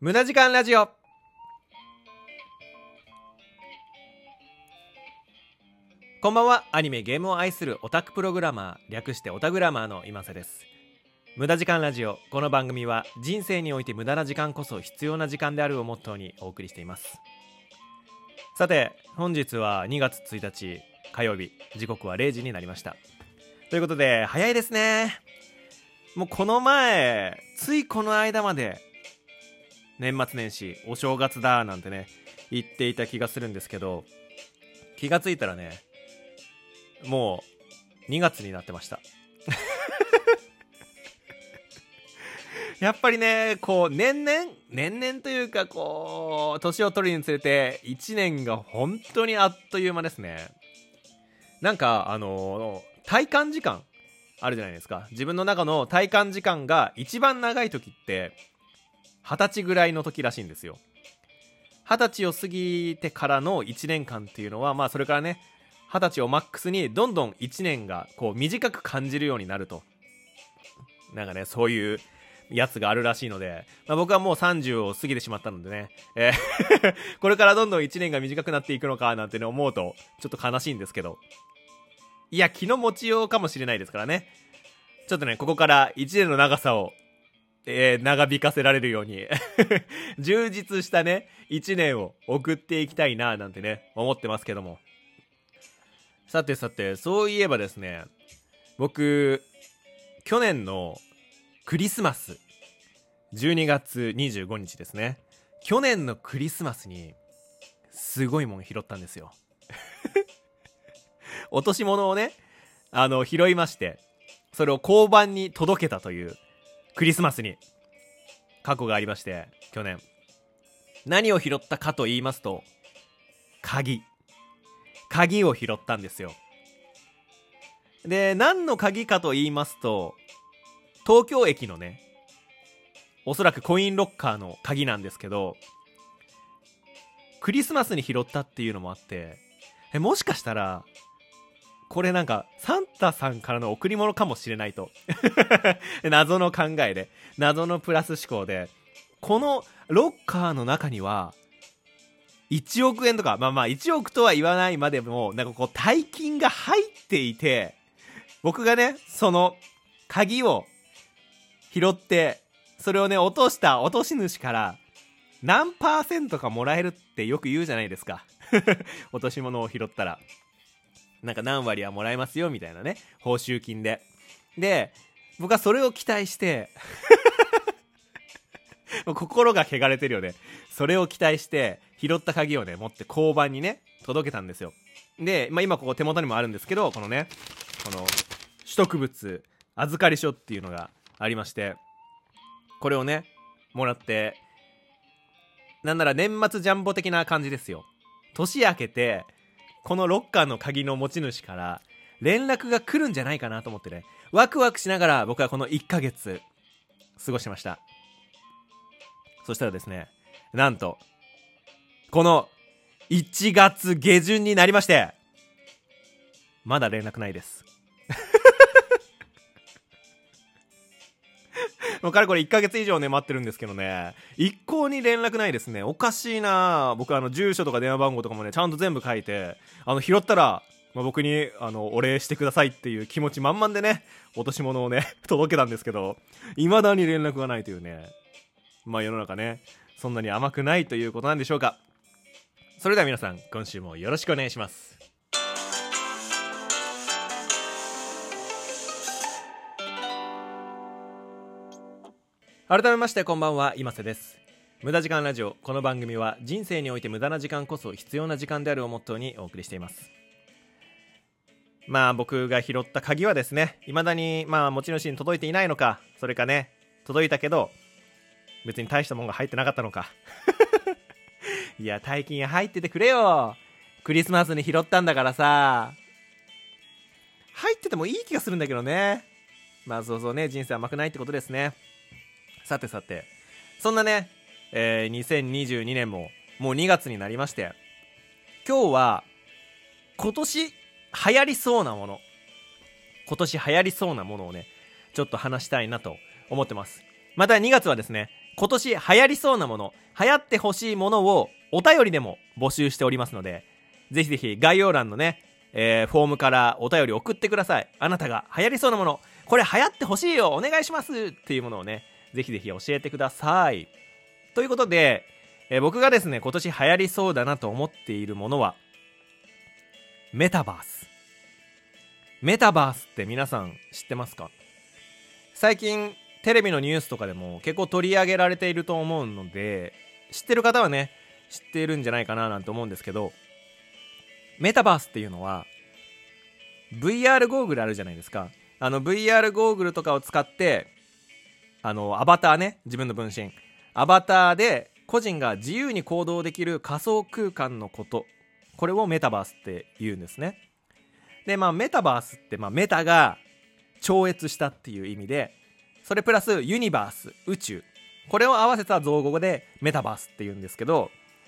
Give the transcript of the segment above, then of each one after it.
無駄時間ラジオ。こんばんは。アニメゲームを愛するオタクプログラマー、略してオタグラマーの今瀬です。無駄時間ラジオ。この番組は人生において無駄な時間こそ必要な時間であるをモットーにお送りしています。さて、本日は2月1日火曜日、時刻は0時になりました。ということで早いですね。もうこの前、ついこの間まで年末年始お正月だなんてね言っていた気がするんですけど、気がついたらねもう2月になってましたやっぱりね、こう年々というか、こう年を取るにつれて1年が本当にあっという間ですね。なんか体感時間あるじゃないですか。自分の中の体感時間が一番長い時って20歳ぐらいの時らしいんですよ。20歳を過ぎてからの1年間っていうのは、まあそれからね、20歳をマックスにどんどん1年がこう短く感じるようになると、なんかね、そういうやつがあるらしいので、まあ、僕はもう30を過ぎてしまったのでね、これからどんどん1年が短くなっていくのかなんてね思うとちょっと悲しいんですけど、いや気の持ちようかもしれないですからね。ちょっとね、ここから1年の長さを長引かせられるように充実したね1年を送っていきたいななんてね思ってますけども、さてそういえばですね、僕去年のクリスマス12月25日ですね、去年のクリスマスにすごいもん拾ったんですよ落とし物をね拾いまして、それを交番に届けたというクリスマスに過去がありまして、去年何を拾ったかと言いますと、鍵を拾ったんですよ。で、何の鍵かと言いますと、東京駅のね、おそらくコインロッカーの鍵なんですけど、クリスマスに拾ったっていうのもあって、もしかしたらこれなんかサンタさんからの贈り物かもしれないと謎の考えで、謎のプラス思考で、このロッカーの中には1億円とか、まあ1億とは言わないまでも、なんかこう大金が入っていて、僕がねその鍵を拾ってそれをね落とした落とし主から何%かもらえるってよく言うじゃないですか落とし物を拾ったらなんか何割はもらえますよみたいなね、報酬金で。で、僕はそれを期待して心が汚れてるよね。それを期待して拾った鍵をね持って交番にね届けたんですよ。で、まあ、今ここ手元にもあるんですけど、この取得物預かり書っていうのがありまして、これをねもらって、なんなら年末ジャンボ的な感じですよ。年明けてこのロッカーの鍵の持ち主から連絡が来るんじゃないかなと思ってね、ワクワクしながら僕はこの1ヶ月過ごしました。そしたらですね、なんとこの1月下旬になりまして、まだ連絡ないですもうかれこれ1ヶ月以上ね待ってるんですけどね、一向に連絡ないですね。おかしいな。僕住所とか電話番号とかもねちゃんと全部書いて、拾ったら、僕にお礼してくださいっていう気持ち満々でね落とし物をね届けたんですけど、未だに連絡がないというね、まあ世の中ねそんなに甘くないということなんでしょうか。それでは皆さん、今週もよろしくお願いします。改めましてこんばんは、今瀬です。無駄時間ラジオ。この番組は人生において無駄な時間こそ必要な時間であるをモットーにお送りしています。まあ僕が拾った鍵はですね、未だに持ち主に届いていないのか、それかね届いたけど別に大したもんが入ってなかったのかいや大金入っててくれよ。クリスマスに拾ったんだからさ、入っててもいい気がするんだけどね。まあそうね、人生甘くないってことですね。さてそんなね、2022年ももう2月になりまして、今日は今年流行りそうなものをねちょっと話したいなと思ってます。また2月はですね、 今年流行りそうなもの、流行ってほしいものをお便りでも募集しておりますので、ぜひぜひ概要欄のね、フォームからお便り送ってください。あなたが流行りそうなもの、これ流行ってほしいよ、お願いしますっていうものをね、ぜひぜひ教えてください。ということで、僕がですね、今年流行りそうだなと思っているものは、メタバース。メタバースって皆さん知ってますか？最近テレビのニュースとかでも結構取り上げられていると思うので、知ってる方はね、知っているんじゃないかななんて思うんですけど、メタバースっていうのは VR ゴーグルあるじゃないですか。VR ゴーグルとかを使ってアバターね、自分の分身アバターで個人が自由に行動できる仮想空間のこと、これをメタバースって言うんですね。でメタバースってメタが超越したっていう意味で、それプラスユニバース、宇宙、これを合わせた造語でメタバースって言うんですけど、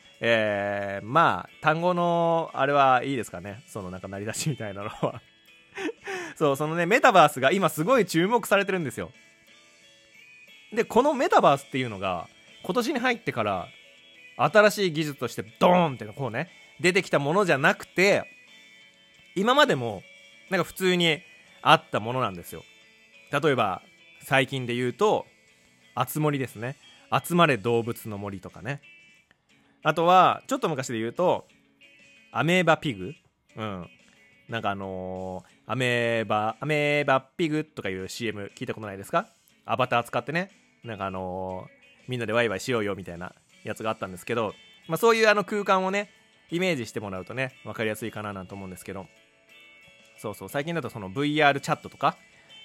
単語のあれはいいですかね、そのなんか成り出しみたいなのはそうそのねメタバースが今すごい注目されてるんですよ。でこのメタバースっていうのが今年に入ってから新しい技術としてドーンってこうね出てきたものじゃなくて、今までもなんか普通にあったものなんですよ。例えば最近で言うとあつ森ですね、集まれ動物の森とかね。あとはちょっと昔で言うとアメーバピグ、なんかアメーバピグとかいう CM 聞いたことないですか？アバター使ってね、なんかみんなでワイワイしようよみたいなやつがあったんですけど、そういう空間をねイメージしてもらうとね分かりやすいかななんて思うんですけど、そう最近だとその VR チャットとか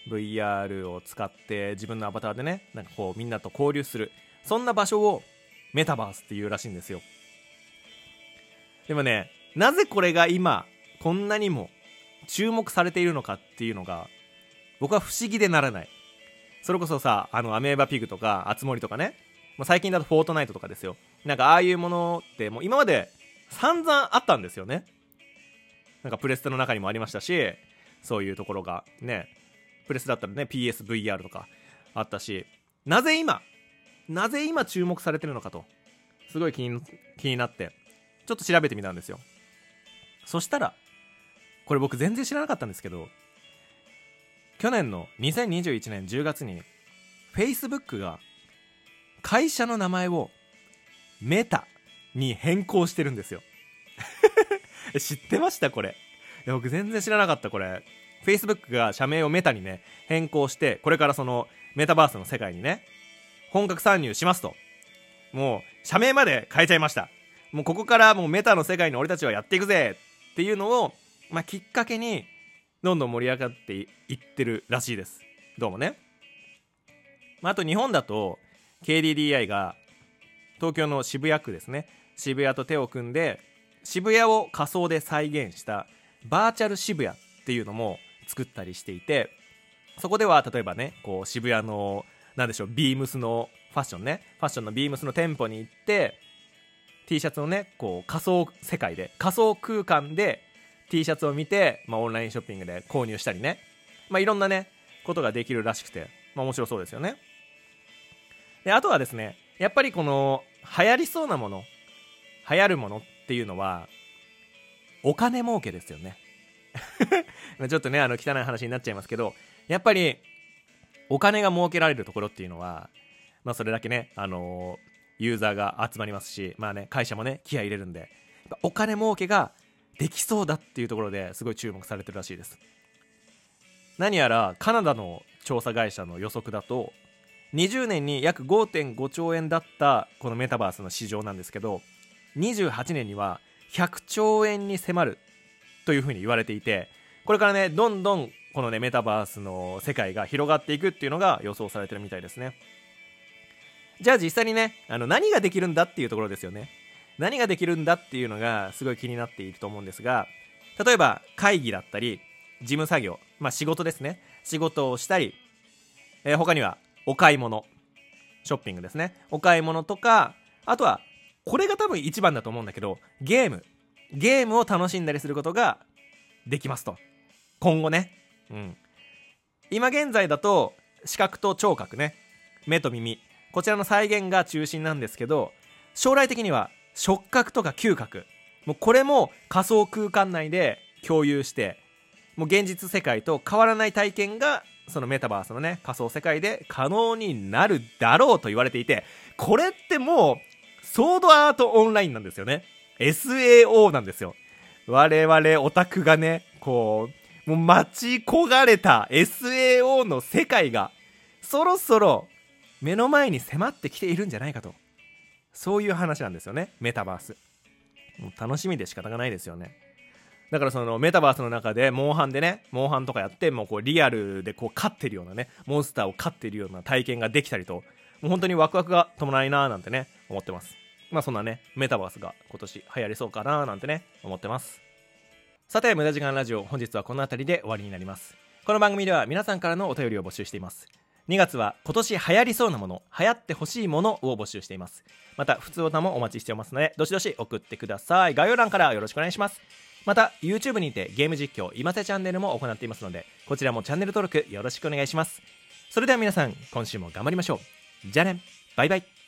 VR を使って自分のアバターでねなんかこうみんなと交流する、そんな場所をメタバースっていうらしいんですよ。でもね、なぜこれが今こんなにも注目されているのかっていうのが僕は不思議でならない。それこそさ、アメーバピグとかあつ森とかね、最近だとフォートナイトとかですよ。なんかああいうものってもう今まで散々あったんですよね。なんかプレステの中にもありましたし、そういうところがね、プレステだったらね PSVR とかあったし、なぜ今注目されてるのかとすごい気になってちょっと調べてみたんですよ。そしたらこれ僕全然知らなかったんですけど、去年の2021年10月に Facebook が会社の名前をメタに変更してるんですよ知ってましたこれ？いや僕全然知らなかった。これ Facebook が社名をメタにね変更して、これからそのメタバースの世界にね本格参入しますと。もう社名まで変えちゃいました。もうここからもうメタの世界に俺たちはやっていくぜっていうのを、きっかけにどんどん盛り上がっていってるらしいです。どうもね。あと日本だと KDDI が東京の渋谷区ですね、渋谷と手を組んで渋谷を仮想で再現したバーチャル渋谷っていうのも作ったりしていて、そこでは例えばねこう渋谷のなんでしょうビームスのファッションのビームスの店舗に行って T シャツをねこう仮想世界で仮想空間で T シャツを見て、オンラインショッピングで購入したりね、いろんなねことができるらしくて、面白そうですよね。であとはですね、やっぱりこの流行りそうなもの、流行るものっていうのはお金儲けですよねちょっとね汚い話になっちゃいますけど、やっぱりお金が儲けられるところっていうのはそれだけねユーザーが集まりますし、会社もね気合い入れるんで、お金儲けができそうだっていうところですごい注目されてるらしいです。何やらカナダの調査会社の予測だと20年に約 5.5 兆円だったこのメタバースの市場なんですけど、28年には100兆円に迫るというふうに言われていて、これからねどんどんこのねメタバースの世界が広がっていくっていうのが予想されてるみたいですね。じゃあ実際にね何ができるんだっていうところですよね。何ができるんだっていうのがすごい気になっていると思うんですが、例えば会議だったり事務作業、仕事ですね、仕事をしたり、他にはお買い物、ショッピングですね、お買い物とか、あとはこれが多分一番だと思うんだけど、ゲームを楽しんだりすることができますと。今後ね、今現在だと視覚と聴覚ね、目と耳こちらの再現が中心なんですけど、将来的には触覚とか嗅覚、もうこれも仮想空間内で共有して、もう現実世界と変わらない体験がそのメタバースのね仮想世界で可能になるだろうと言われていて、これってもうソードアートオンラインなんですよね。 SAO なんですよ。我々オタクがねこうもう待ち焦がれた SAO の世界がそろそろ目の前に迫ってきているんじゃないかと、そういう話なんですよね、メタバース。もう楽しみで仕方がないですよね。だからそのメタバースの中でモンハンとかやって、もうこうリアルでこう飼ってるようなねモンスターを飼ってるような体験ができたりと、もう本当にワクワクが止まらないなーなんてね思ってます。まあそんなねメタバースが今年流行りそうかなーなんてね思ってます。さて無駄時間ラジオ、本日はこの辺りで終わりになります。この番組では皆さんからのお便りを募集しています。2月は今年流行りそうなもの、流行ってほしいものを募集しています。また普通歌もお待ちしておりますので、どしどし送ってください。概要欄からよろしくお願いします。また YouTube にてゲーム実況今瀬チャンネルも行っていますので、こちらもチャンネル登録よろしくお願いします。それでは皆さん今週も頑張りましょう。じゃあね、バイバイ。